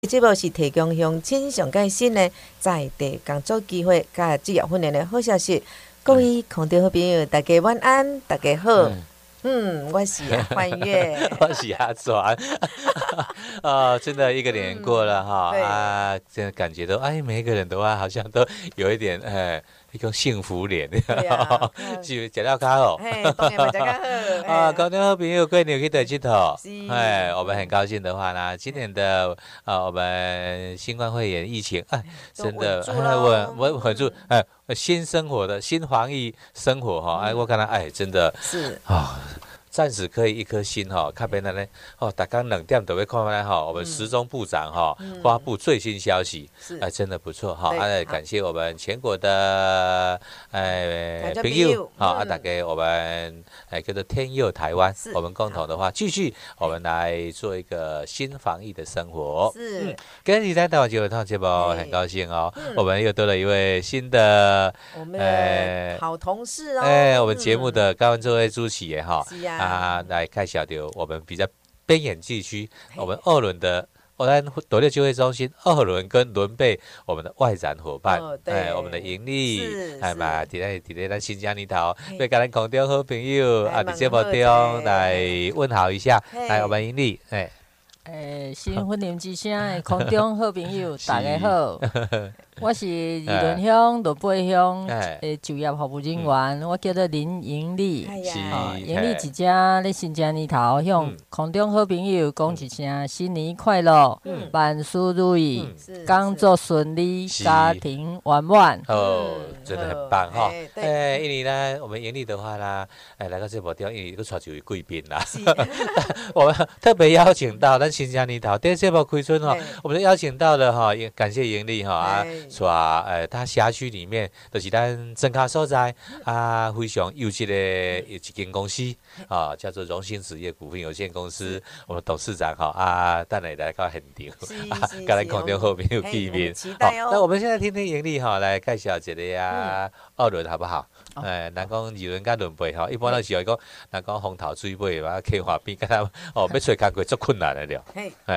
节目是提供乡亲上介新的在地工作机会甲职业训练的好消息。各位空中好朋友，大家晚安，大家好。我是幻月， 我是阿转，真的一个年过了哈，真的感觉到每一个人的话好像都有一点一个幸福脸，是食了较好， 当然嘛食较好。 空中好朋友过年去佗佚佗，我们很高兴的话呢，今年的我们新冠肺炎疫情真的稳住，新生活的新防疫生活哈，我看到真的是暂时可以一颗心看别人呢大概2点都会看来我们时中部长发布最新消息，真的不错感谢我们全国的朋友大家我们叫做天佑台湾，我们共同的话继续我们来做一个新防疫的生活。 是， 跟你在台湾节目节目很高兴我们又多了一位新的我们的好同事我们节目的高文作为主持也来介绍到我们比较边远地区，我们2轮的斗六就业中心2轮跟轮备我们的外展伙伴，我们的盈利，嘛，伫咱新疆里头，要跟咱空中好朋友伫节目中来问候一下，来我们盈利， 新婚姻之声的空中好朋友，大家好，我是宜伦乡罗背乡的就业服务人员，我叫做林盈利。盈利一只咧新疆里头向空中好朋友讲一声新年快乐，万事如意，工作顺利，家庭圆满。 真的很棒因为呢，我们盈利的话呢，来到这部中，因为佮带一位贵宾啦，我们特别邀请到咱新疆里头第这部开春我们邀请到了感谢盈利他辖区里面就是咱增卡所在非常优质的一间公司叫做荣兴纸业股份有限公司，我们董事长等下来到现场，跟咱空中好朋友见面。那我们现在听听盈利来介绍一个2轮好不好？人讲2轮甲轮备一般都是讲人讲风头水尾开花边，要找工作足困难的了。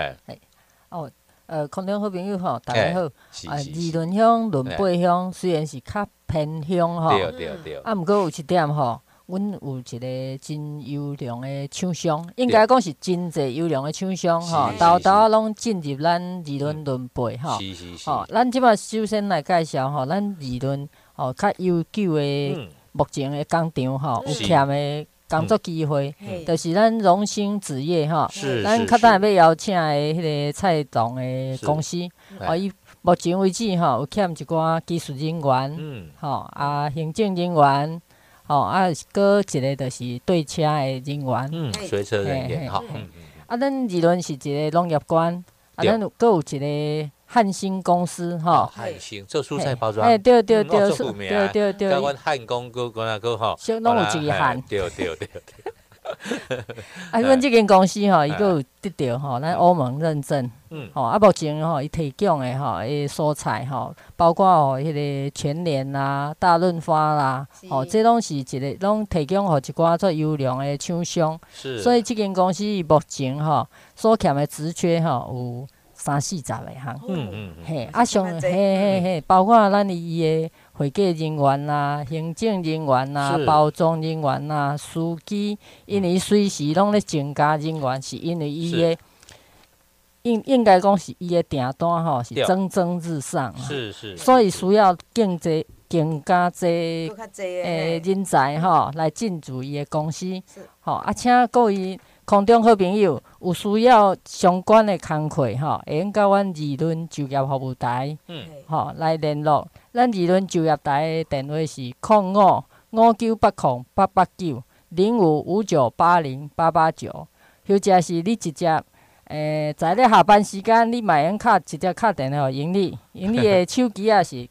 空中好朋友大家好。宜伦乡、轮背乡虽然是较偏乡对， 不过有一点阮有一个真优良的厂商，应该讲是真侪优良的厂商豆拢进入咱宜伦轮背是。 咱即摆首先来介绍咱宜伦较悠久的目前的工厂有欠的工作机会，就是咱荣兴纸业咱较等下要邀请的迄个菜农的公司，伊目前为止有欠一寡技术人员，行政人员，搁一个就是对车的人员， 随车人员咱宜伦是一个农业馆，咱搁有一个汉兴公司汉兴做蔬菜包装， 对， 甲阮汉公搁拢有一个汉， 对。 阮即间公司伊佫有得到咱欧盟认证，目前伊提供的蔬菜包括迄个全联啦、大润发啦，这拢是一个拢提供互一寡做优良的厂商，所以即间公司目前所欠的职缺有30-40个包括咱伊的会计人员啦、行政人员啦、包装人员啦、司机，因为随时拢咧增加人员，是因为伊的应该讲是伊的订单是蒸日上，所以需要更加侪人才来进驻伊的公司，请各位空中好朋友有需要相关的工课会用甲阮宜伦就业服务台来联络。咱宜伦就业台的电话是0559808890，0559808889，或者是你直接在咧下班时间，你嘛用直接敲电话盈利，盈利的手机是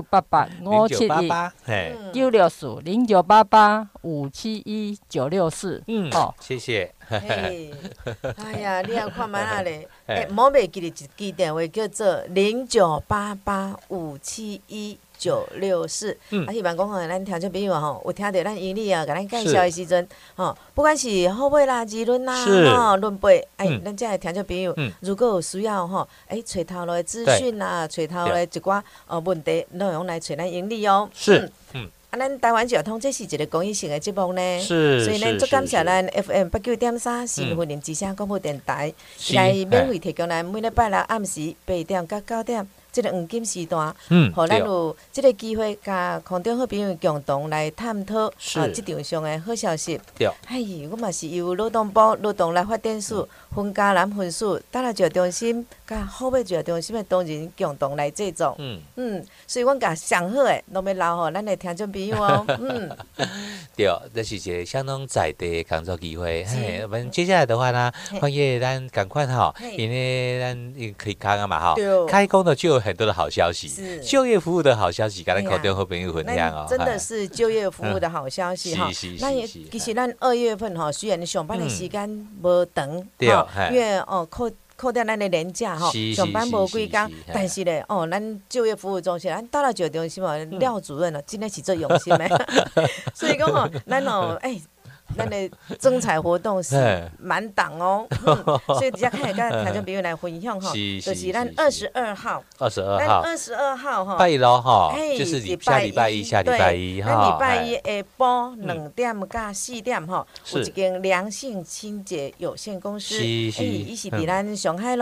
0988-571-640，0988-571-964。 谢谢。 哎呀，你也看卖咧，莫袂记得一支电话叫做0988-571-964。 0964，希望讲吼，咱听众朋友吼，有听到咱英里啊，甲咱介绍的时阵，吼，不管是好买啦、议论啦、吼、论背，咱这的听众朋友，如果有需要吼，找头路的资讯啊，找头路的一寡问题内容来找咱英里哦。 是， 咱台湾交通这是一个公益性的节目呢， 是， 所以咱足感谢咱 FM89.3新云林之声广播电台，来免费提供咱每礼拜六暗时8点到9点。这个黄金时段，互咱有这个机会，甲空中好朋友共同来探讨这场上的好消息。我嘛是由劳动部劳动力发展署、分家南分署、打蜡照中心、甲好买照中心的同仁共同来制作。所以阮甲上好的，拢要留互咱的听众朋友哦。 对，这是一个相当在地的工作机会。我们接下来的话呢，欢迎咱赶快哈，因为咱可以开嘛哈，开工的就有很多的好消息，就业服务的好消息，跟咱口中和朋友分享哦。 真的是就业服务的好消息哈。那也其实咱2月份哈，虽然上班的时间无长，因为扣掉咱的年假吼，上班无几工，但是咧咱就业服务中心，咱到了就中心哦，廖主任哦，真的是最用心的，所以讲吼，咱咱的征才活动是满档哦，所以底下看跟听众朋友来分享哈，就是咱22号，咱22号哈， 拜一咯哈，就是下礼拜一哈，咱礼拜一下晡2点到4点哈，有一间良性清洁有限公司，伊是伫咱上海路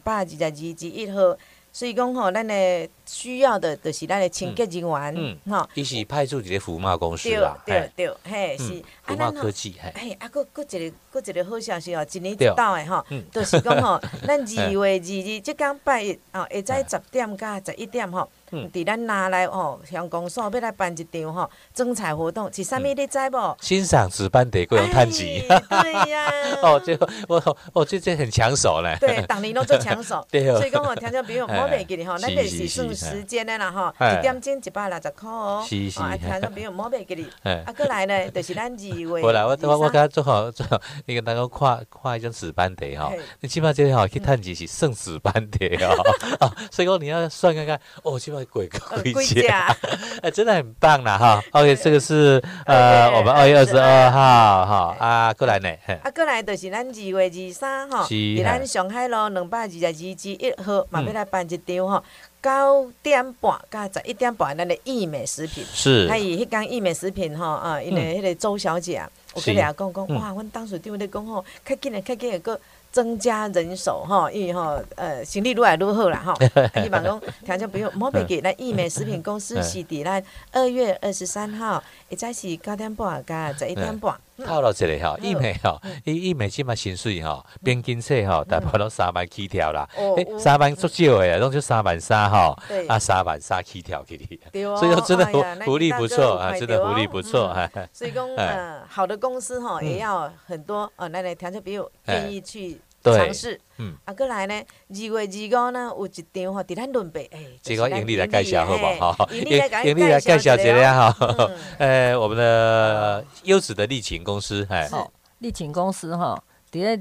222-1号。所以讲吼，咱的需要的就是咱的清洁人员，吼， 伊是派驻一个服贸公司啦， 对，嘿，是服贸科技， 嘿，搁一个好消息哦，一年一到的吼，就是讲吼，咱2月22即天拜一下早10点到11点吼，伫咱拿来乡公所要来办一场吼征才活动，是啥物你知无？ 欣赏值班得各种探级， 对呀， 这很抢手嘞， 对，当年拢做抢手，所以讲吼，听众朋友莫袂记哩吼，咱就是算时间的啦吼，1点钟160块哦，听众朋友莫袂记哩，过来呢，就是咱2月。 我感觉做好，你跟大家看一种值班得哈，你起码这吼去探级是算值班得哦，所以讲你要算看看，起码贵价，真的很棒啦哈。OK， 这个是我们2月22号哈过来呢， 过来就是咱2月23号，伫咱上海路222-1号，嘛要来办一场吼。9点半到11点半，咱的益美食品是， 还有迄间益美食品吼因为迄个周小姐啊，我跟大家讲，哇，阮当时长咧讲吼，较紧的个增加人手吼，因为吼生意愈来愈好啦吼，希望讲听众朋友莫袂记，咱益美食品公司是伫咱2月23号，早是9点半到11点半。 套路一个吼，益美吼，益美即嘛薪水吼，平均税吼，大概拢3万起跳啦，3万足少诶，拢就3万3吼，3万3起跳去哩，所以说真的福利不错啊，真的福利不错。 所以讲好的公司吼，也要很多咱的听众朋友愿意去尝试。过来呢，2月25呢有一场吼，伫咱润北这个盈利来介绍好不好？盈利来介绍一下哈，我们的优质的丽琴公司， 丽琴公司吼，伫咧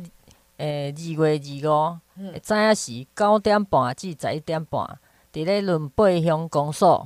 2月25，早上是9点半至11点半，伫咧润北乡公所，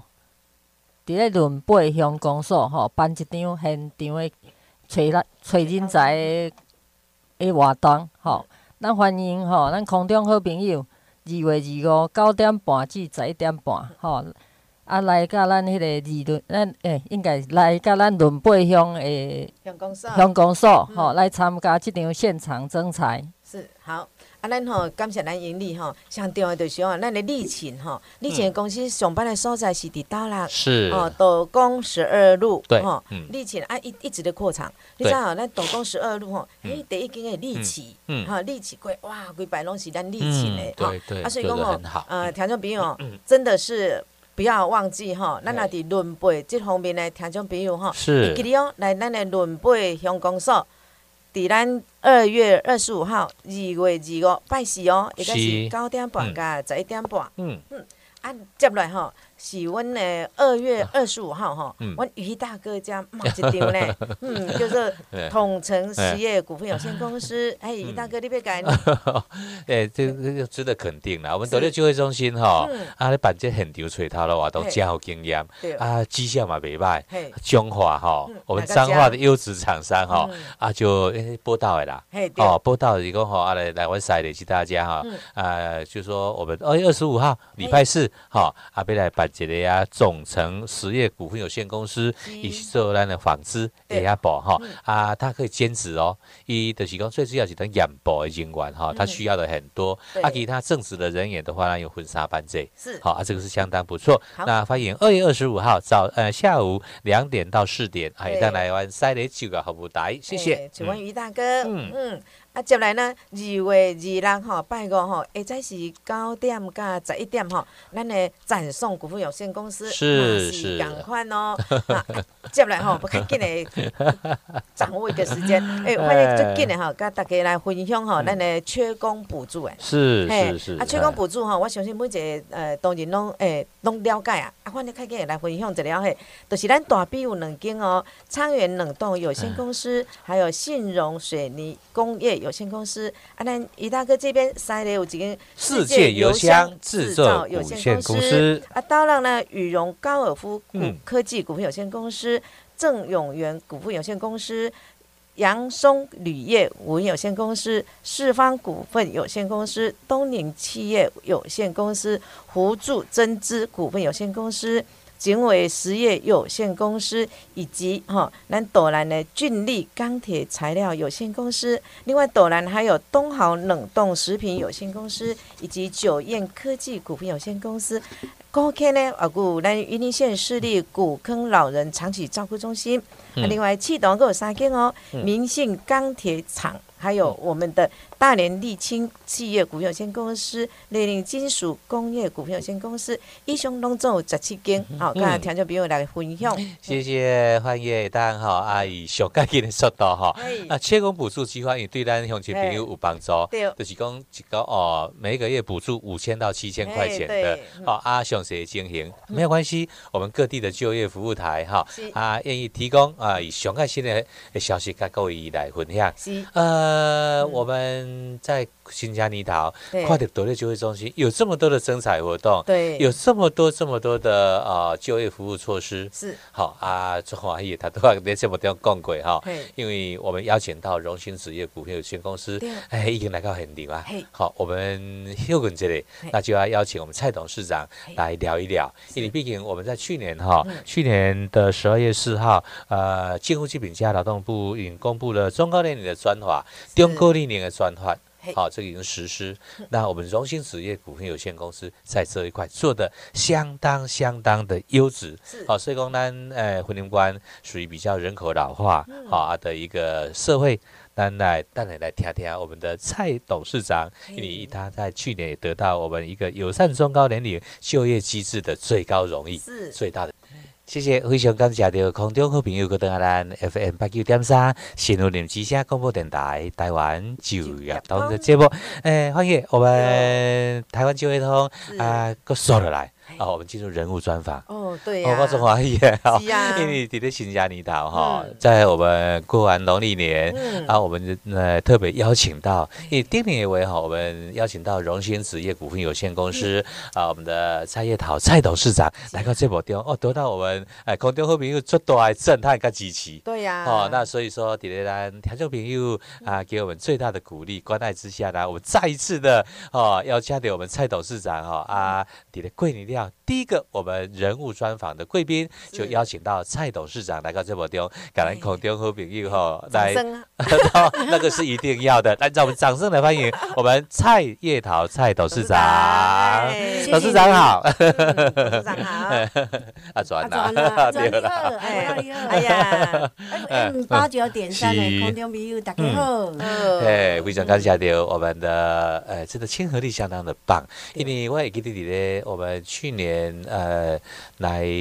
吼办一场现场的找人才的活动吼。咱欢迎吼，咱空中好朋友2月25 9点半至11点半吼，来甲咱迄个应该来甲咱润北乡的乡公所吼，来参加即场现场征才。 是好。咱吼感谢咱盈利吼，上重要就是咱的丽琴吼，丽琴公司上班的所在是伫大陆， 是斗公12路， 对， 丽琴一直的扩厂，你知道咱斗公12路吼，第一间的丽奇，丽奇规排拢是咱丽琴的， 对， 所以讲吼，听众朋友真的是不要忘记吼，咱也伫润北这方面的听众朋友吼，记得来咱的润北乡公所。伫咱2月25号2月25拜四哦，也就是9点半到11点半。 啊，接来吼是阮的2月25号吼，阮于大哥家冒一场呢，叫做统成实业股份有限公司。哎，于大哥你要讲？ 这个值得肯定啦。我们斗六就业中心吼，你办这现场找头的话，都真有经验，绩效嘛袂歹，彰化吼，我们彰化的优质厂商吼，就报道的啦，报道是讲吼，来阮塞联系大家哈，就说我们2月25号礼拜四，要来办一个总成实业股份有限公司，伊是做咱的纺织下部他可以兼职哦，伊就是讲最主要是当研部的人员他需要的很多，其他正职的人员的话呢，有婚纱班制， 是这个是相当不错。那欢迎2月25号下午2点到4点，当来湾塞雷酒的服务台，谢谢。 请问于大哥，接来呢，2月26号拜五吼，下早是9点到11点吼，咱的展送股份有限公司是同款哦。接来吼，不较紧的掌握一个时间，我哋最紧的吼，甲大家来分享吼，咱的缺工补助是。 缺工补助吼，我相信每一个当然拢了解啊。我哋较紧来分享一了嘿，就是咱大比有2间哦，昌源冷冻有限公司，还有信荣水泥工业有限公司。咱于大哥这边塞咧有一间世界油箱制造有限公司。 刀郎呢，羽绒高尔夫科技股份有限公司，郑永元股份有限公司。扬松铝业股份有限公司、世方股份有限公司、东宁企业有限公司、湖筑增资股份有限公司、景伟实业有限公司，以及咱斗南的俊力钢铁材料有限公司。另外，斗南还有东豪冷冻食品有限公司，以及九燕科技股份有限公司。高坑呢，有咱云林县市立古坑老人长期照顾中心。另外，启东还有3间哦，民信钢铁厂，还有我们的大连沥青企业股份有限公司、雷凌金属工业股份有限公司，以上拢总有17间，跟听众朋友来分享。 谢谢欢迎大家好，以上介紧的速度缺工补助计划也对咱乡亲朋友有帮助，就是讲一个每个月补助5000到7000块钱的，详细的情形没有关系，我们各地的就业服务台愿意提供以上个新的消息跟各位来分享。我们在新加泥桃快点斗六就业中心有这么多的征才活动， 对， 有这么多的就业服务措施， 是好中华业他都要在这么地方讲过因为我们邀请到荣兴纸业股份有限公司，已经来到现场啊。好，我们休困这里，那就要邀请我们蔡董事长来聊一聊，因为毕竟我们在去年的12月4号，政府这边加劳动部已经公布了中高年龄的专法，中高年龄的专法。这个已经实施。那我们荣兴纸业股份有限公司在这一块做的相当的优质。所以讲咱婚姻观属于比较人口老化的一个社会。咱来听听我们的蔡董事长，因为他在去年也得到我们一个友善中高年龄就业机制的最高荣誉，最大的。谢谢，非常感谢到空中好朋友，跟咱 FM 89.3新竹林之声广播电台台湾就业通的节目。欢迎我们台湾就业通搁收了来。我们进入人物专访。 对呀， 我中华裔因为在新加泥桃在我们过完农历年我们特别邀请到，因为丁年为我们邀请到荣兴纸业股份有限公司我们的蔡业桃蔡董事长来到这部中得到我们空中好朋友最大的震撼跟支持。 对呀， 那所以说在咱听众朋友给我们最大的鼓励关爱之下呢，我们再一次的邀请到我们蔡董事长在过年了第一个我们人物专访的贵宾，就邀请到蔡董事长来到这部中，感恩空中好朋友来，那个是一定要的。按照我们掌声来欢迎我们蔡业桃蔡董事长，董事长好， 董事长好， 转了，对了，哎呀89.3的空中朋友大家好， 非常感谢到我们的真的亲和力相当的棒，因为我也记得我们去年来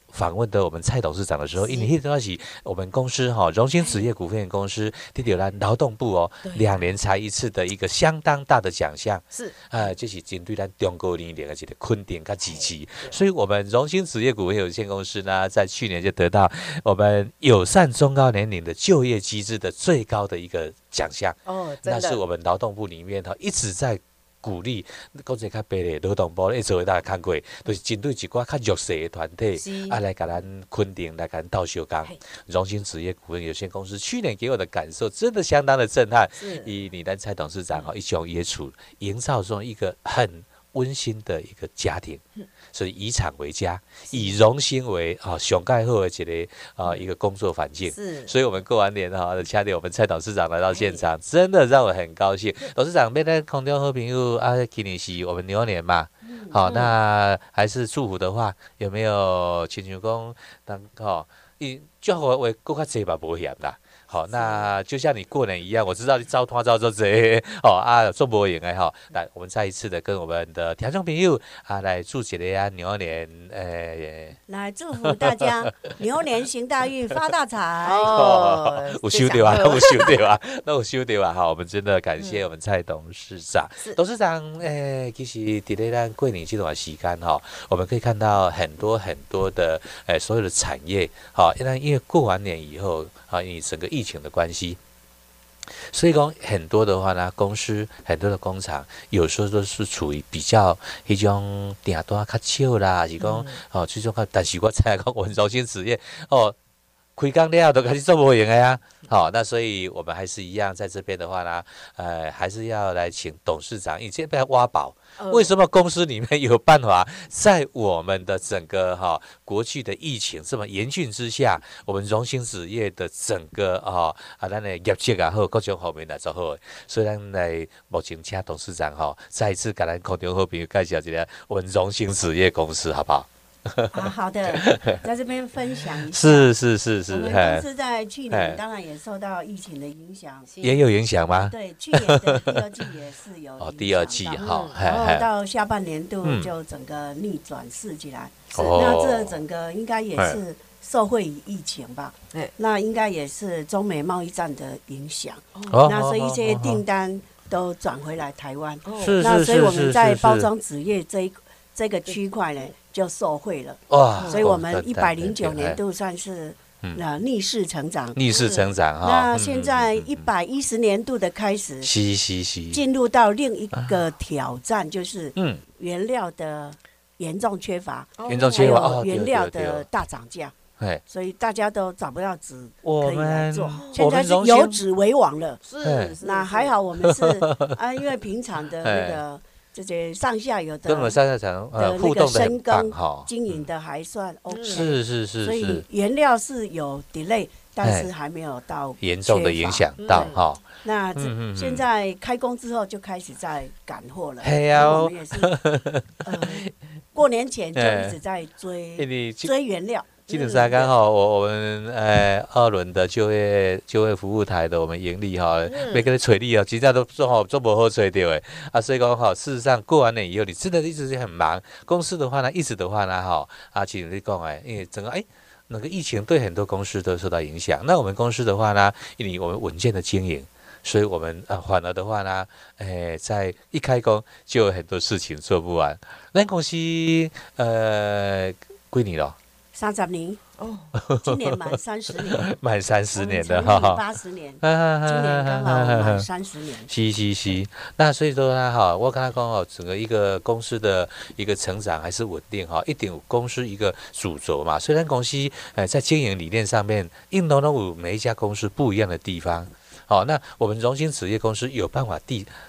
访问的我们蔡董事长的时候，因为那段是我们公司荣兴纸业股份有限公司得到咱劳动部2年才一次的一个相当大的奖项， 是这是针对咱中高龄的一个肯定跟支持。所以我们荣兴纸业股份有限公司呢，在去年就得到我们友善中高年龄的就业机制的最高的一个奖项。那是我们劳动部里面一直在鼓励，讲一个较白的劳动部一直为大家看过，就是针对一寡较弱势的团体，来给咱肯定，来给咱斗相共。荣兴纸业股份有限公司去年给我的感受真的相当的震撼。以咱蔡董事长一种野处，营造出一个很温馨的一个家庭，所以以厂为家，以荣兴为上盖好的一个工作环境。所以我们过完年掐点我们蔡董事长来到现场，真的让我很高兴。董事长，要咱空中好朋友今年是我们牛年嘛，好，那还是祝福的话，有没有亲像讲，祝福的话更较济嘛，无嫌啦。好，那就像你过年一样，我知道你招拖招这些做无用的来，我们再一次的跟我们的听众朋友来祝一个牛年， 来祝福大家牛年行大运，发大财。 有收到啊，有收到啊，都有收到啊！我们真的感谢我们蔡董事长。董事长，其实在咱过年这段时间我们可以看到很多很多的所有的产业，因为过完年以后因为整个疫情的关系，所以讲很多的话呢，公司很多的工厂，有时候都是处于比较迄种订单较少啦，还是讲这种但是我知影讲，我们荣兴纸业开工了都开始做无用的呀。好，那所以我们还是一样在这边的话呢，还是要来请董事长，以前被挖宝。为什么公司里面有办法在我们的整个国际的疫情这么严峻之下，我们荣兴纸业的整个咱的业绩也好，各种方面来做好。所以咱来目前请董事长再一次给咱空中好朋友介绍一下我们荣兴纸业公司，好不好？ 好的，在这边分享一下。 是。 我们公司在去年当然也受到疫情的影响， 也有影响吗？ 对，去年的第二季也是有影响第二季然后到下半年度就整个逆转势起来。那这整个应该也是受惠于疫情吧？那应该也是中美贸易战的影响。那所以一些订单都转回来台湾。那所以我们在包装纸业这个区块呢，就受惠了。所以我们109年度算是逆势成长。 逆势成长那现在110年度的开始，进入到另一个挑战，就是原料的严重缺乏，还有原料的大涨价。所以大家都找不到纸可以来做，现在是有纸为王了。那还好我们是因为平常的那个。这些上下游的互动的深耕经营的还算 OK， 是， 所以原料是有 delay， 但是还没有到严重的影响到那现在开工之后就开始在赶货了，我们也是过年前就一直在追原料。 今年才刚好，我们2轮的就业服务台的我们盈利要跟你找你真正都做不好找到的所以讲事实上过完年以后，你真的一直很忙。公司的话呢，一直的话呢其实你讲因为整个那个疫情对很多公司都受到影响。那我们公司的话呢，因为我们稳健的经营，所以我们反而的话呢，在一开工就有很多事情做不完。咱公司几年了 ？30年今年满30年， 满30年的 80年，今年刚好满30年。 是，那所以说呢我跟他讲整个一个公司的一个成长还是稳定一定有公司一个主轴嘛。虽然公司在经营理念上面，应当都有每一家公司不一样的地方。那我们荣兴纸业公司有办法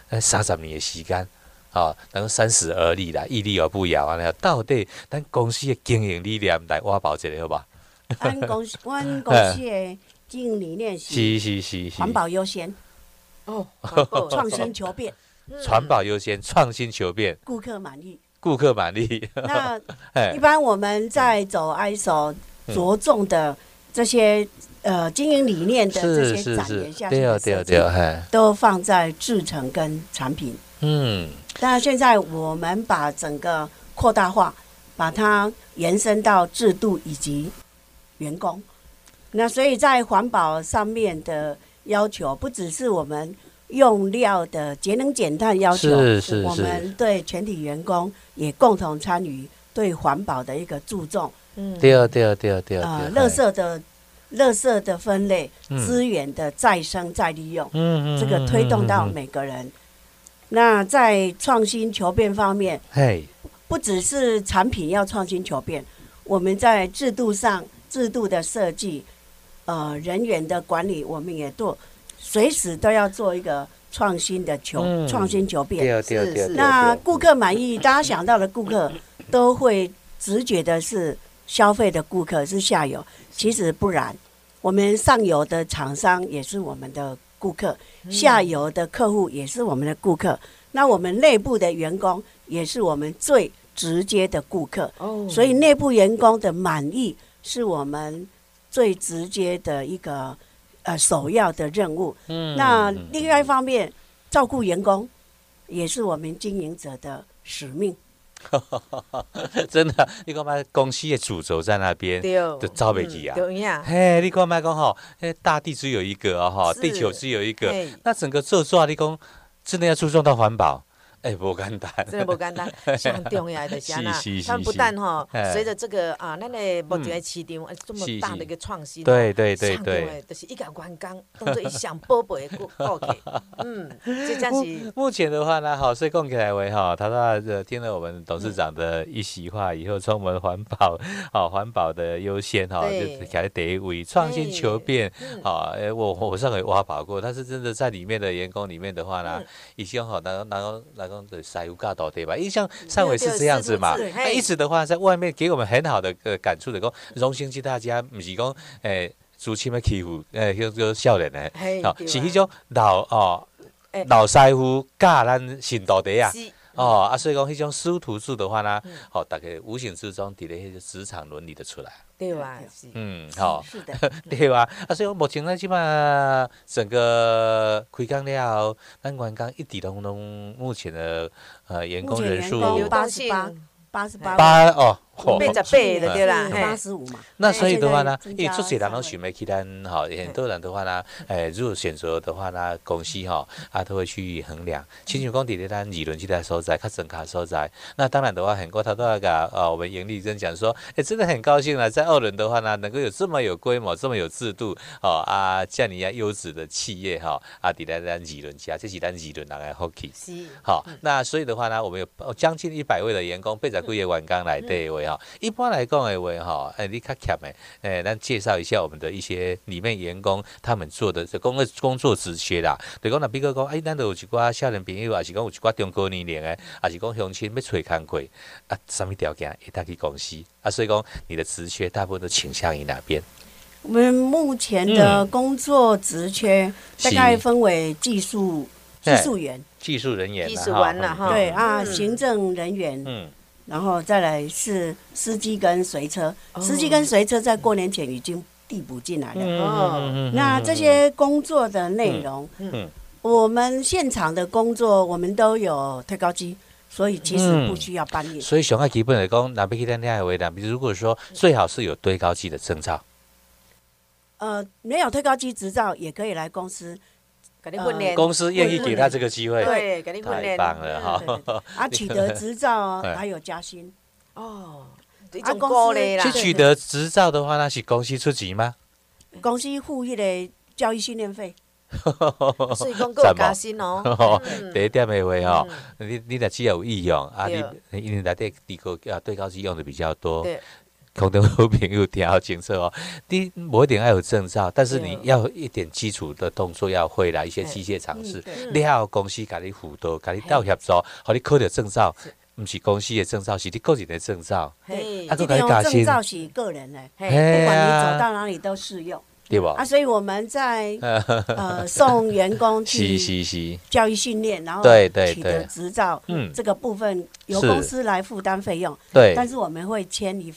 30年的时间。能30而立啦，屹立而不摇到底咱公司的经营理念来挖宝一下好不好？ 阮公司的经营理念是环保优先，创新求变。 环保优先，创新求变， 顾客满意。 那一般我们在走 ISO 着重的这些经营理念的这些展言下去的设计，都放在制程跟产品。但是现在我们把整个扩大化， 把它延伸到制度以及员工。那所以在环保上面的要求，不只是我们用料的节能减碳要求，我们对全体员工也共同参与对环保的一个注重。 对。 垃圾的分类，资源的再生再利用，这个推动到每个人。那在创新求变方面，不只是产品要创新求变，我们在制度上、制度的设计、人员的管理，我们也随时都要做一个创新求变。那顾客满意，大家想到的顾客都会直觉的是消费的顾客是下游，其实不然，我们上游的厂商也是我们的顾客，下游的客户也是我们的顾客，那我们内部的员工也是我们最直接的顾客，所以内部员工的满意是我们最直接的一个首要的任务。那另外一方面，照顾员工也是我们经营者的使命。 真的，你看嘛，公司的主轴在那边，就走不去啊。嘿，你看嘛，讲吼，大地只有一个啊，地球只有一个，那整个做你讲真的要注重到环保。不简单， 真的不简单，上重要的是啊，他们不但随着这个咱的目前的市场这么大的一个创新， 对， 就是一个员工当做一项宝贝的顾客，这真是目前的话呢，所以讲起来话他听了我们董事长的一席话以后，从我们环保的优先就排在第一位，创新求变，我上回挖宝过，但是真的在里面的员工里面的话呢，已经然后的师傅教导对吧？因为像上回是这样子嘛，一直的话在外面给我们很好的感触的，讲荣幸之大家，不是讲主亲要欺负叫少年的，是迄种老师傅教咱新道弟啊。所以讲迄种师徒制的话呢，大概无形之中伫咧迄个职场伦理的出来。 对吧？ 是的， 对吧？所以目前呢，起码整个开工了后，咱员工一直拢目前的员工人数88哦 ，88的对啦 ，85嘛。 那所以的话呢，因为出些人拢想要去咱很多人的话呢，如果选择的话呢，公司都会去衡量。亲像讲伫咧咱二轮这个所在，较正卡所在。那当然的话，很多他都要甲我们严丽珍讲说，真的很高兴了，在2轮的话呢，能够有这么有规模、这么有制度这样优质的企业伫咧咱二轮家，这是咱二轮人的福气。那所以的话呢，我们有将近100位的员工，80几个员工来对位一般来讲的话你较欠的，咱介绍一下我们的一些里面员工他们做的工作职缺啦。就讲比如讲，咱都有一寡少年朋友，还是讲有一寡中高年龄的，还是讲乡亲要找工作什么条件会当去公司所以讲你的职缺大部分都倾向于哪边？ 我们目前的工作职缺大概分为技术员、 技术人员、 技术完了对行政人员，然后再来是司机跟随车，司机跟随车在过年前已经递补进来了。那这些工作的内容，我们现场的工作我们都有推高机，所以其实不需要搬运。 所以上个基本来讲，那要去咱遐话呢，如果说最好是有堆高机的证照。 没有推高机执照也可以来公司。 公司愿意给他这个机会， 对，给你训练， 太棒了取得执照还有加薪公司去取得执照的话，那是公司出钱吗？ 公司付迄个教育训练费， 所以讲够加薪第一点的话你若只要有意用因为内底对高机用的比较多。空中好朋友听好清楚你不一定要有证照，但是你要一点基础的动作要会啦，一些机械常识。你还有公司给你辅导，给你到协助，给你考到证照，不是公司的证照，是你个人的证照。 这种证照是个人的，不管你走到哪里都适用。 对吧？ 所以我们在送员工去教育训练，然后取得执照，这个部分由公司来负担费用。 对， 但是我们会签一份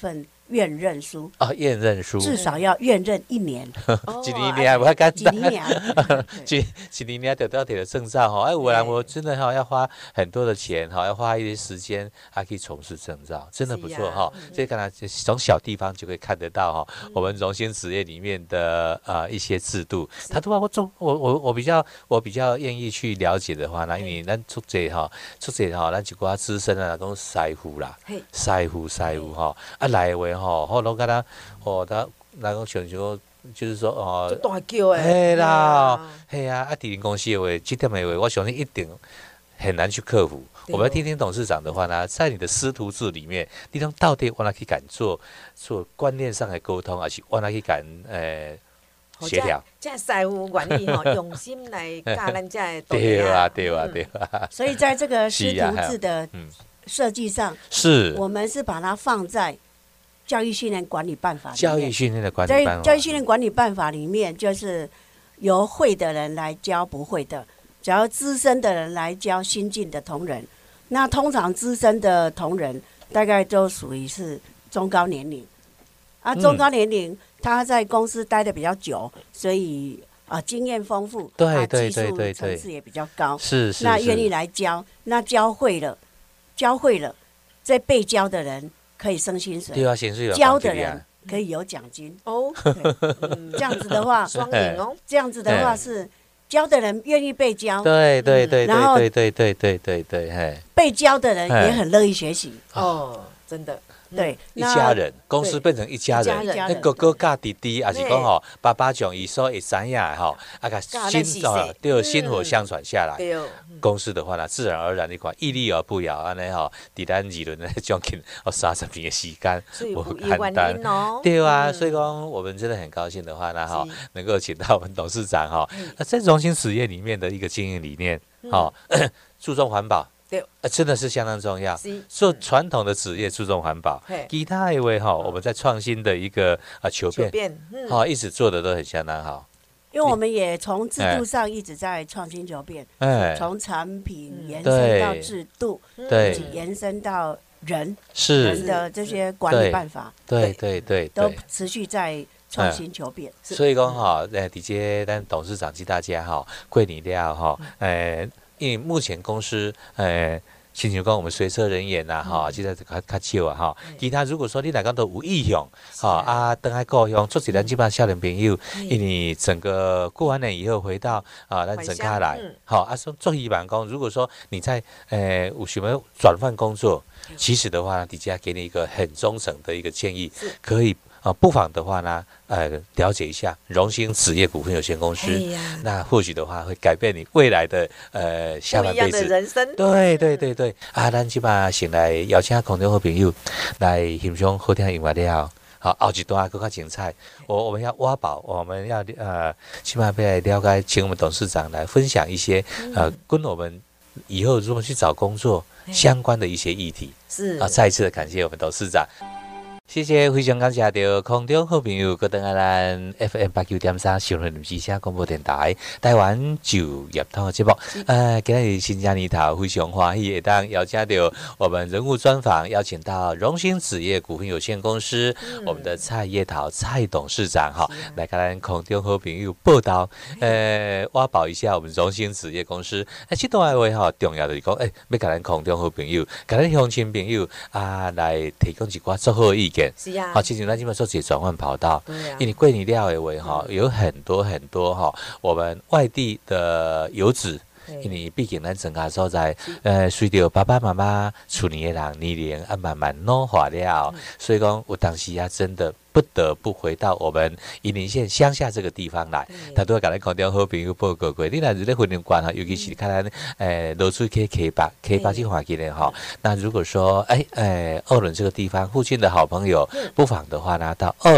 愿认书啊，愿认书至少要愿认1年， 一年不要简单， 一年一年得到的证照哈，哎，我真的哈要花很多的钱哈，要花一些时间，还可以从事证照，真的不错哈。这刚才从小地方就可以看得到哈，我们荣兴职业里面的一些制度，他都我比较愿意去了解的话，那因为咱出这哈，咱一寡资深的讲师傅啦，师傅哈，啊来的话吼，好拢甲咱来讲像就是说哦， 大叫诶， 嘿啦，嘿啊，啊，地理公司的话，这点的话，我相信一定很难去克服。我们要听听董事长的话呢，在你的师徒制里面，你讲到底我哪去敢做观念上的沟通，还是我哪去敢协调？ 这师傅愿意吼用心来教咱这的对啊。 所以在这个师徒制的设计上， 是我们是把它放在教育训练管理办法里面。 教育训练的管理办法， 在教育训练管理办法里面，就是由会的人来教不会的，只要资深的人来教新进的同仁。那通常资深的同仁大概都属于是中高年龄，中高年龄他在公司待的比较久，所以经验丰富， 对， 技术层次也比较高， 是那愿意来教，那教会了，这被教的人可以升薪水， 对啊，薪水有教的人可以有奖金哦。 这样子的话， 双赢哦。 这样子的话是教的人愿意被教， 对， 然后嘿， 被教的人也很乐意学习哦，真的。 对， 一家人，公司变成一家人，那哥哥教弟弟，还是讲吼，爸爸将伊所会知影吼，个薪火相传下来。公司的话呢，自然而然你看屹立而不摇，安尼吼，伫咱议论的将近30年的时间， 不简单哦。 对啊，所以讲我们真的很高兴的话呢，哈，能够请到我们董事长哈，在荣兴实业里面的一个经营理念，哈，注重环保。真的是相当重要。做传统的职业注重环保，其他的话哈，我们在创新的一个求变，一直做的都很相当好。 因为我们也从制度上一直在创新求变，从产品延伸到制度，以及延伸到人的这些管理办法， 对， 都持续在创新求变。 所以讲哈，直接咱董事长及大家哈，过年了哈，因为目前公司，亲像讲我们随车人员呐，哈，现在较少啊，哈。其他如果说你哪个都有意向，等下故乡，做起咱这帮少年朋友，因为整个过完年以后回到咱整家来，说做希望讲，如果说你在有想要转换工作，其实的话，底下给你一个很忠诚的一个建议，可以。不妨的话呢，了解一下荣兴职业股份有限公司，那或许的话会改变你未来的下半辈子人生。 对，咱即马先来邀请空中好朋友来欣赏好听音乐了。好，后一段更加精彩。我们要挖宝，我们要起码要来了解，请我们董事长来分享一些跟我们以后如何去找工作相关的一些议题。 是再一次的感谢我们董事长。谢谢，非常感谢到空中好朋友，搁登来咱 FM89.3小人之声广播电台台湾就业通的节目。今日新疆里头非常欢喜，会当邀请到我们人物专访，邀请到荣兴职业股份有限公司我们的蔡叶桃蔡董事长哈，来跟咱空中好朋友报道，挖宝一下我们荣兴职业公司。这段话哈，重要就是讲，要跟咱空中好朋友，跟咱乡亲朋友来提供一寡做好的意见。 是啊， 好，其实咱今麦说起转换跑道，因为过年了的话哈，有很多哈，我们外地的游子，因为毕竟咱整个所在，随着爸爸妈妈厝里的人年龄慢慢老化了，所以讲有当时真的不得不回到我们宜林县乡下这个地方来，他都会跟咱空中好朋友报告过。你若是咧婚姻关哈，尤其是看咱罗出去 K 八这环境的哈。那如果说二轮这个地方附近的好朋友，不妨的话呢，到二轮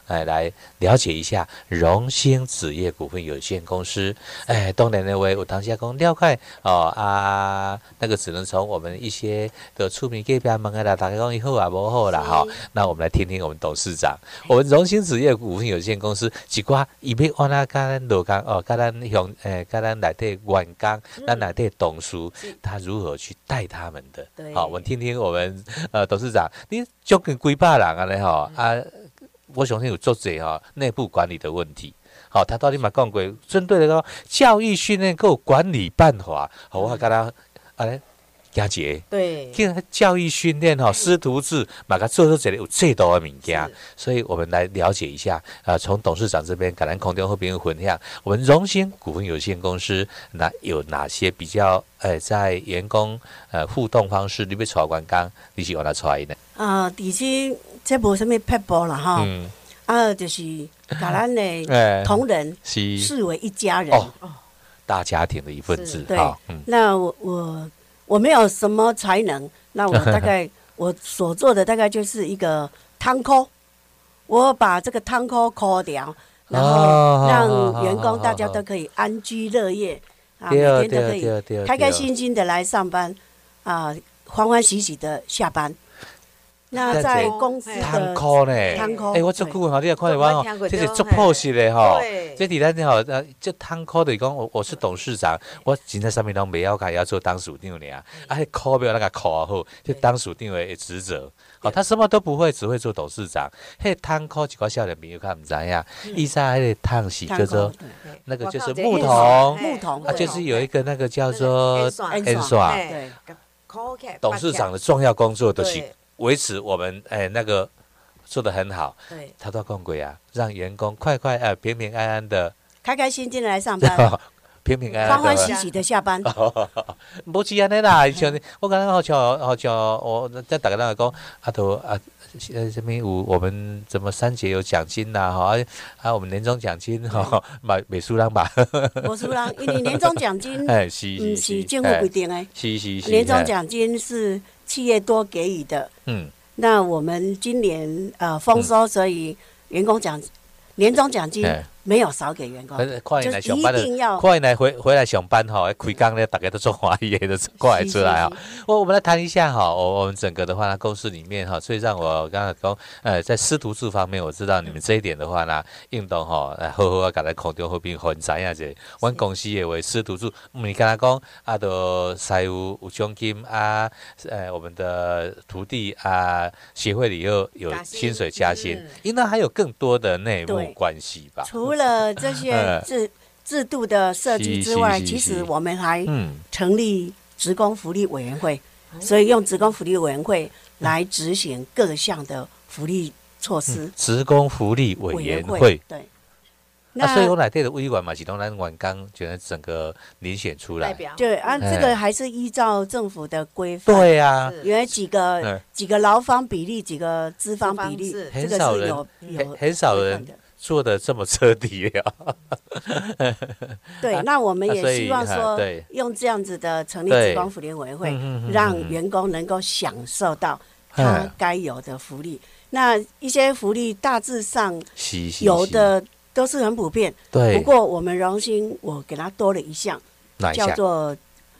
来了解一下荣兴纸业股份有限公司。当然呢，有当下讲了解那个只能从我们一些的出名界边问啦，大家讲好啊不好啦那我们来听听我们董事长，我们荣兴纸业股份有限公司一寡伊要安怎甲咱劳工甲咱内底员工，咱内底董事，他如何去带他们的？好，我们听听我们董事长，你将近几百人啊我相信有做者内部管理的问题。好，他到底嘛讲过，针对那个教育训练够管理办法，我跟他加节， 对， 教育训练师徒制，嘛个做一个有制度的物件，所以我们来了解一下，从董事长这边，跟咱空中和朋友分享，我们荣兴股份有限公司有哪些比较在员工互动方式，你要带员工，你是用哪带呢？ 其实这无什么撇步啦就是把咱的同仁视为一家人， 大家庭的一份子。 对，那我没有什么才能，那我大概我所做的大概就是一个汤扣，我把这个汤扣抠掉，然后让员工大家都可以安居乐业每天都可以开开心心的来上班欢欢喜喜的下班。那在公司的汤扣呢？ 汤扣， 我足久你也看到我这是足朴实的这伫咱这汤扣就是讲，我是董事长，我真在上面拢袂晓要做当属长尔，扣不要那个扣好，就当属长的职责。他什么都不会，只会做董事长。汤扣一个少年朋友看唔知呀，伊莎那个汤是叫做那个就是木桶，就是有一个那个叫做烟刷。董事长的重要工作就是维持我们那个做得很好，他都讲过让员工快平平安安的、 开开心心的来上班， 平平安安、 欢欢喜喜的下班。 无是安尼啦，像我刚刚好像我在大家来讲，什么我们怎么3节有奖金呐？我们年终奖金袂输人吧？ 无输人，因为年终奖金是政府规定的，年终奖金是企业多给予的。那我们今年丰收，所以员工年终奖金没有少给员工， 就是一定要快来回来上班开工呢，大家都做欢喜的，过来出来我们来谈一下我们整个的话呢，公司里面所以让我刚才讲在师徒制方面，我知道你们这一点的话呢，运动好好甲咱空中好朋友很知影者，阮公司的为师徒制，你刚才讲都财务有奖金我们的徒弟协会里有薪水加薪，应该还有更多的内幕关系吧？ 除了这些制度的设计之外，其实我们还成立职工福利委员会，所以用职工福利委员会来执行各项的福利措施。 职工福利委员会， 对。 所以我内底的委员嘛，是从咱员工就整个遴选出来。 对这个还是依照政府的规范。 对啊， 原来几个劳方比例，几个资方比例，这个是很少人做的这么彻底了。 对，那我们也希望说，用这样子的成立职工福利委员会，让员工能够享受到他该有的福利。那一些福利大致上有的都是很普遍，不过我们荣兴我给他多了一项，叫做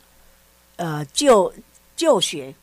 就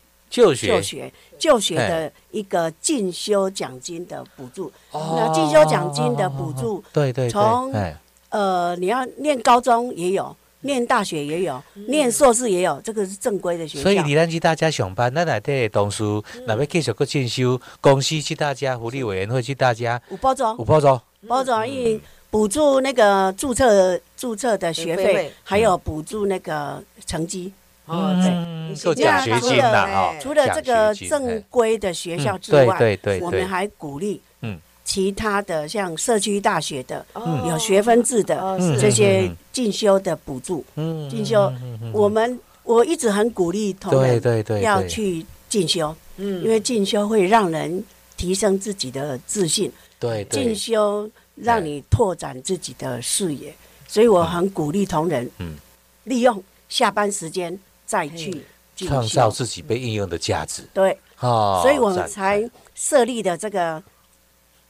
学的一个进修奖金的补助。那进修奖金的补助，从你要念高中也有，念大学也有，念硕士也有，这个是正规的学校。 所以离咱去大家上班，咱内底的同事，若要继续去进修，公司去大家，福利委员会去大家， 有补助，因为补助那个注册的学费，还有补助那个成绩。 做奖学金啦， 除了这个正规的学校之外，我们还鼓励其他的像社区大学的有学分制的这些进修的补助。进修，我一直很鼓励同仁要去进修，因为进修会让人提升自己的自信。进修让你拓展自己的视野，所以我很鼓励同仁利用下班时间再去创造自己被应用的价值。 对，所以我们才设立的这个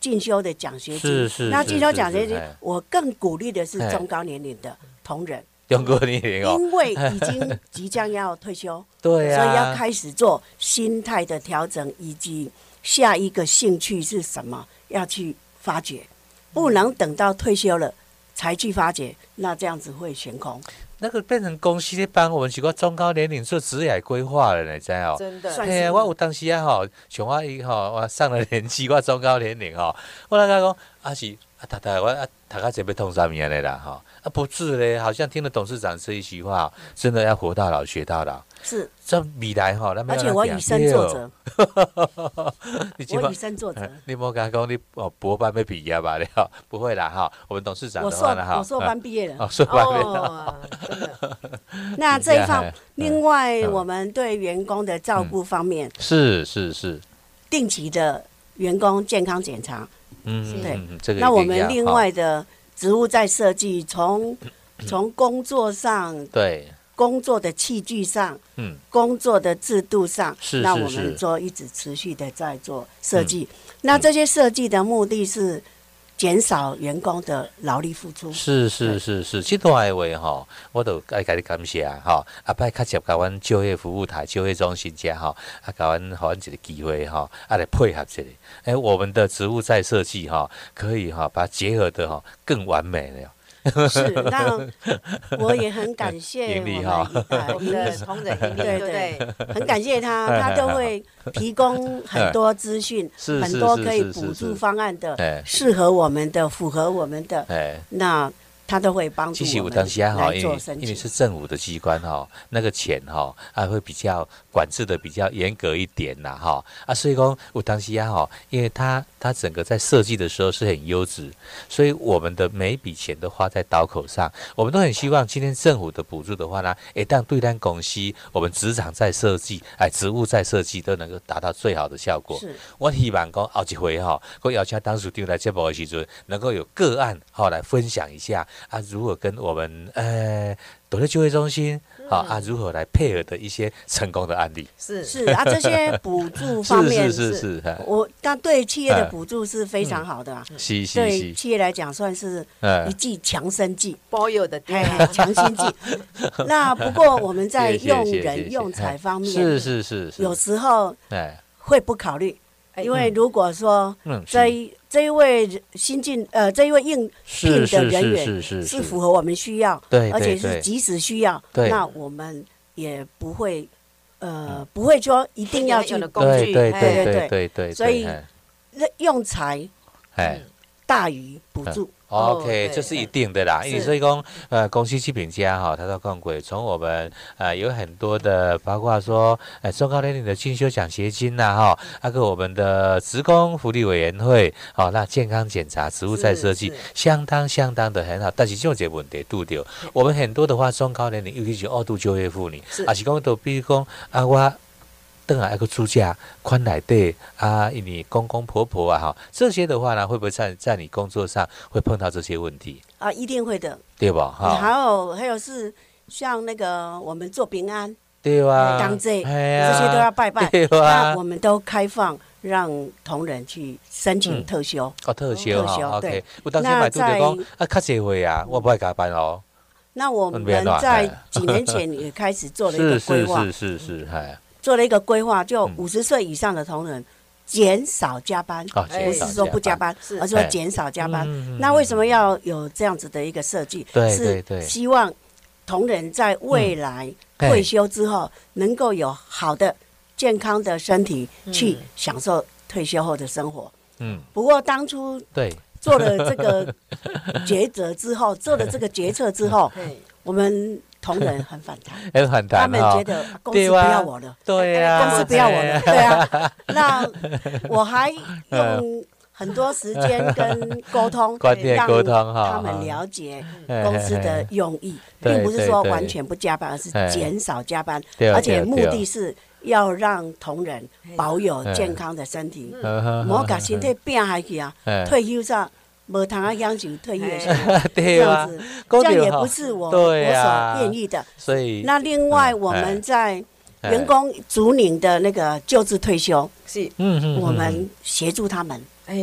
进修的奖学金。 是。 那进修奖学金，我更鼓励的是中高年龄的同仁。 中高年龄哦， 因为已经即将要退休， 对啊， 所以要开始做心态的调整，以及下一个兴趣是什么，要去发掘，不能等到退休了才去发掘，那这样子会悬空。 那个变成公司咧帮我们是个中高年龄做职业规划了，你知道？ 真的。 嘿，我有当时啊吼，像我伊吼，我上了年纪，我中高年龄吼，我那个讲啊是啊，读我啊读到这要通啥物样的啦吼，啊不是嘞，好像听了董事长这一句话，真的要活到老学到老。 是。 这未来吼， 而且我以身作则。我以身作则。 你莫讲你博班要毕业吧了？不会啦哈，我们董事长的话呢哈， 我硕班毕业了。 哦，硕班毕业了。 真的。那这一方，另外我们对员工的照顾方面， 是， 定期的员工健康检查。对， 这个那我们另外的职务再设计，从工作上， 对。 工作的器具上，工作的制度上，那我们一直持续的在做设计。那这些设计的目的是减少员工的劳力付出。 是，这段的话吼，我都爱甲你感谢吼，啊摆较接甲阮就业服务台、就业中心遮吼，啊甲阮一个机会吼，啊来配合这里。我们的职务再设计吼，可以把它结合的更完美了。 是，那我也很感谢我们的同仁盈利，对， 很感谢他，他都会提供很多资讯，很多可以补助方案的，适合我们的、符合我们的，那他都会帮助我们来做申请。 因为是政府的机关哈，那个钱哈会比较管制的比较严格一点啦哈所以讲有当时因为它整个在设计的时候是很优质，所以我们的每一笔钱都花在刀口上。我们都很希望今天政府的补助的话呢，当对咱公司我们职场再设计，职务再设计都能够达到最好的效果。我希望讲后一回我邀请董事长来节目的时阵，能够有个案来分享一下。如何跟我们独立就业中心如何来配合的一些成功的案例？ 是这些补助方面是， 但对企业的补助是非常好的对企业来讲算是一剂强身剂， 保有的强心剂。那不过我们在用人用财方面， 是， 有时候会不考虑。因为如果说这一位这一位应聘的人员是符合我们需要，而且是即时需要，那我们也不会说一定要去工具， 对， 所以用财大于补助。 OK， 这是一定的啦。因为所以讲，公司基本家他都讲过，从我们有很多的，包括说中高年龄的进修奖学金呐跟我们的职工福利委员会那健康检查、职务再设计，相当的很好。但是这种问题拄到，我们很多的话，中高年龄尤其是二度就业妇女，是讲都比如讲我。等下一个出嫁宽来对因为公公婆婆这些的话呢，会不会在你工作上会碰到这些问题一定会的， 对吧？ 还有是像那个我们做平安， 对吧？ 当这些都要拜拜，那我们都开放让同仁去申请特休。 特休对。 我当时买都就讲较侪会我不爱加班哦。 那我们在几年前也开始做了一个规划， 是， 做了一个规划，就50岁以上的同仁减少加班，不是说不加班，而是说减少加班。那为什么要有这样子的一个设计？是希望同仁在未来退休之后，能够有好的健康的身体去享受退休后的生活。不过当初做了这个抉择之后，做了这个决策之后，我们同仁很反弹，他们觉得公司不要我了，公司不要我了，对啊。那我还用很多时间跟沟通，让他们了解公司的用意，并不是说完全不加班，而是减少加班，而且目的是要让同仁保有健康的身体，莫把身体变下去退休上。没通享受退休的生活，这样子，这样也不是我所愿意的。 所以， 那另外我们在员工逐年的那个就职退休， 是， 我们协助他们，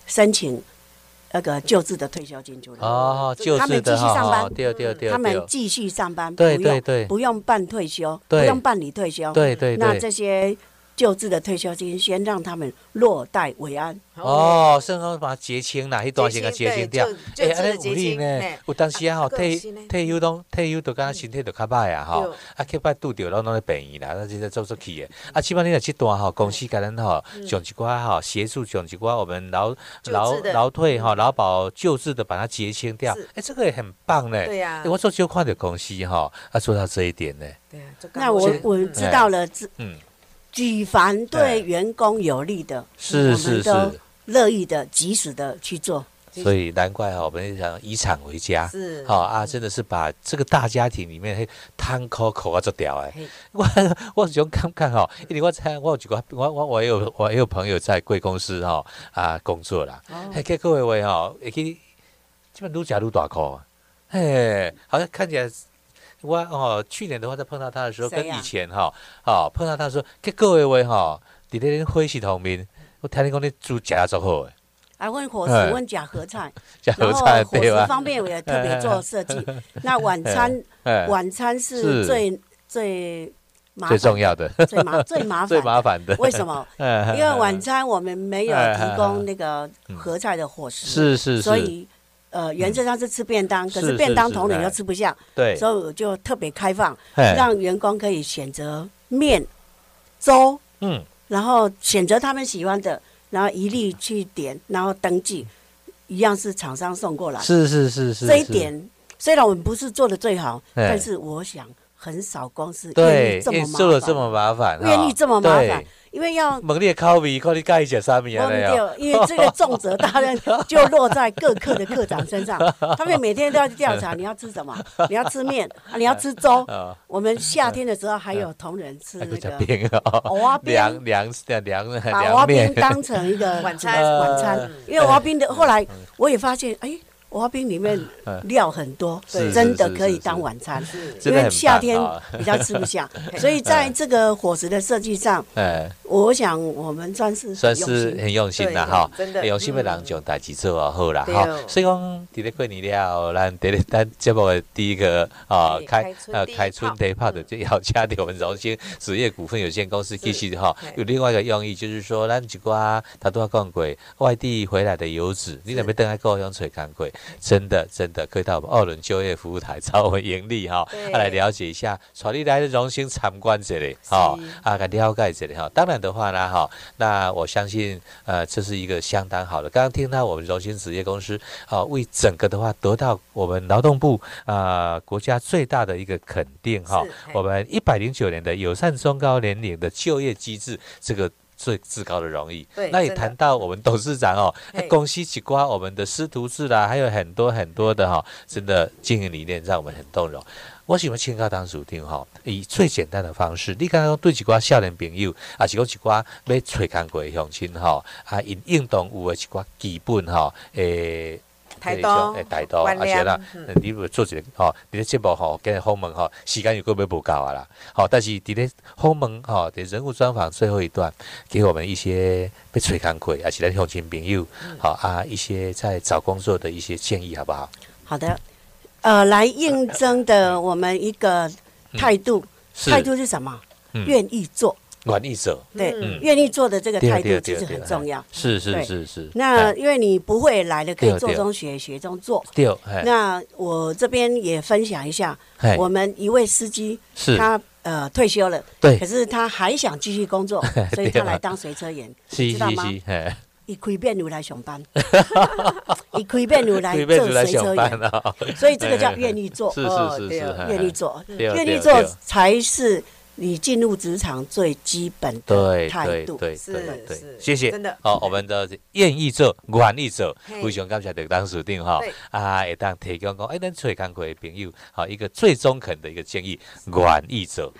申请那个旧制的退休金出来。 哦，旧制的哈，对， 他们继续上班， 对， 不用办退休，不用办理退休， 对。 那这些旧制的退休金，先让他们落袋为安。 哦，甚至把它结清啦，迄段时间结清掉。安尼有理呢。有当时啊吼，退休就敢身体就较歹啊吼，啊，去摆拄着拢咧病院啦，那真正做出去的。啊，起码你若这段吼，公司甲咱吼，上一寡吼协助上一寡我们劳退哈劳保旧制的把它结清掉。这个也很棒呢。 对呀。 我做就看到公司哈，做到这一点呢。 对啊。 那我知道了，举凡对员工有利的， 是， 我们都乐意的、及时的去做。 所以难怪我们讲以产为家， 是真的是把这个大家庭里面汤口啊做掉哎。我是种感觉因为我有一个我也有朋友在贵公司工作啦，结果的话会去基本愈食愈大块，好像看起来。我去年的话，在碰到他的时候，跟以前碰到他的时候，结果的话伫咧伙食方面，我听你讲你煮食得足好诶。 阮伙食，阮食合菜， 然后伙食方面我也特别做设计。那晚餐是最重要的， 最麻烦的。为什么？因为晚餐我们没有提供那个合菜的伙食， 是， 所以。原则上是吃便当，可是便当同仁又吃不下， 对， 所以我就特别开放，让员工可以选择面、粥，然后选择他们喜欢的，然后一律去点，然后登记，一样是厂商送过来。 是。 这一点虽然我们不是做的最好，但是我想很少公司愿意这么麻烦， 做的这么麻烦， 愿意这么麻烦。因为要问你的口味，看你介意吃啥物啊？ 因为这个重责大任就落在各科的科长身上，他们每天都要去调查你要吃什么，你要吃面你要吃粥。我们夏天的时候还有同仁吃那个蚵仔冰，把蚵仔冰当成一个晚餐。因为蚵仔冰的后来我也发现，蚵仔冰里面料很多，真的可以当晚餐。因为夏天比较吃不下，所以在这个伙食的设计上，我想我们算是很用心的哈，用心的人将代志做好啦哈。所以讲，伫咧过年了，咱节目的第一个开春第一炮的就要加点我们荣兴纸业股份有限公司，其实有另外一个用意，就是说咱一寡他都要讲过外地回来的游子，你若要等来高雄找工作。真的可以到我们2轮就业服务台找我们盈利来了解一下，带你来的荣兴参观这里来了解这里当然的话呢那我相信这是一个相当好的。刚刚听到我们荣兴纸业公司为整个的话得到我们劳动部国家最大的一个肯定我们109年的友善中高年龄的就业机制，这个最至高的荣誉。那也谈到我们董事长恭喜几瓜我们的师徒制啦，还有很多很多的真的经营理念让我们很动容。我喜欢请教当属听以最简单的方式，你刚刚对几寡少年朋友是讲几寡要找工作的乡亲因应当有的一寡基本台东， 而且啦，你如果做一个你的节目跟访问时间又够不够啊啦？但是伫咧访问的人物专访最后一段，给我们一些要找工作，而且咱乡亲朋友一些在找工作的一些建议，好不好？ 好的，来应征的我们一个态度是什么？愿意做。 愿意做， 对，愿意做的这个态度其实很重要。 是。 那因为你不会来的，可以做中学，学中做。对。那我这边也分享一下，我们一位司机，他退休了，对，可是他还想继续工作，所以他来当随车员，知道吗？伊开便路来上班，伊开便路来做随车员，所以这个叫愿意做， 是， 愿意做，愿意做才是。你进入职场最基本的态度， 对，谢谢。真的我们的愿意做、愿意做，非常感谢当属定会当提供讲，咱找工作的朋友一个最中肯的一个建议，愿意做。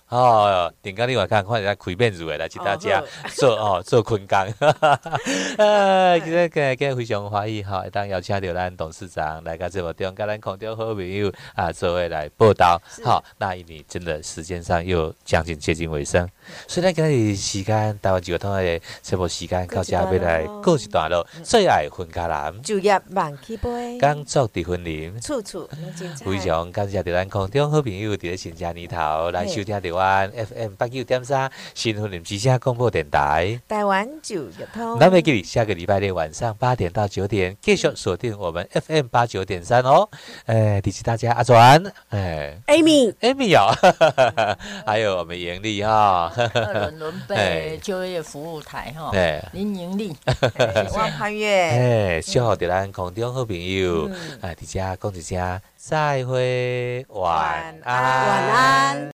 哦，顶工你外看人家开面子的来去大家做坤工，今日今非常欢喜哈，当邀请到咱董事长来到节目中，跟咱空中好朋友做伙来报道。好，那你真的时间上又将近接近尾声，虽然今日时间台湾交通的节目时间到这要来告一段落，最爱分家男， 就业万起杯， 工作伫婚姻， 处处拢精彩。 非常感谢到咱空中好朋友伫咧新正年头来收听到咱 FM 89.3新婚姻之声广播电台。 台湾就业通， 咱们记得下个礼拜六晚上8点到9点，继续锁定我们 FM 89.3哦。提醒大家阿转，Amy 哦，还有我们盈利哈， 二轮贝就业服务台哈，林盈利， 王潘越， 祝福到咱空中好朋友，伫遮讲一声再会，晚安。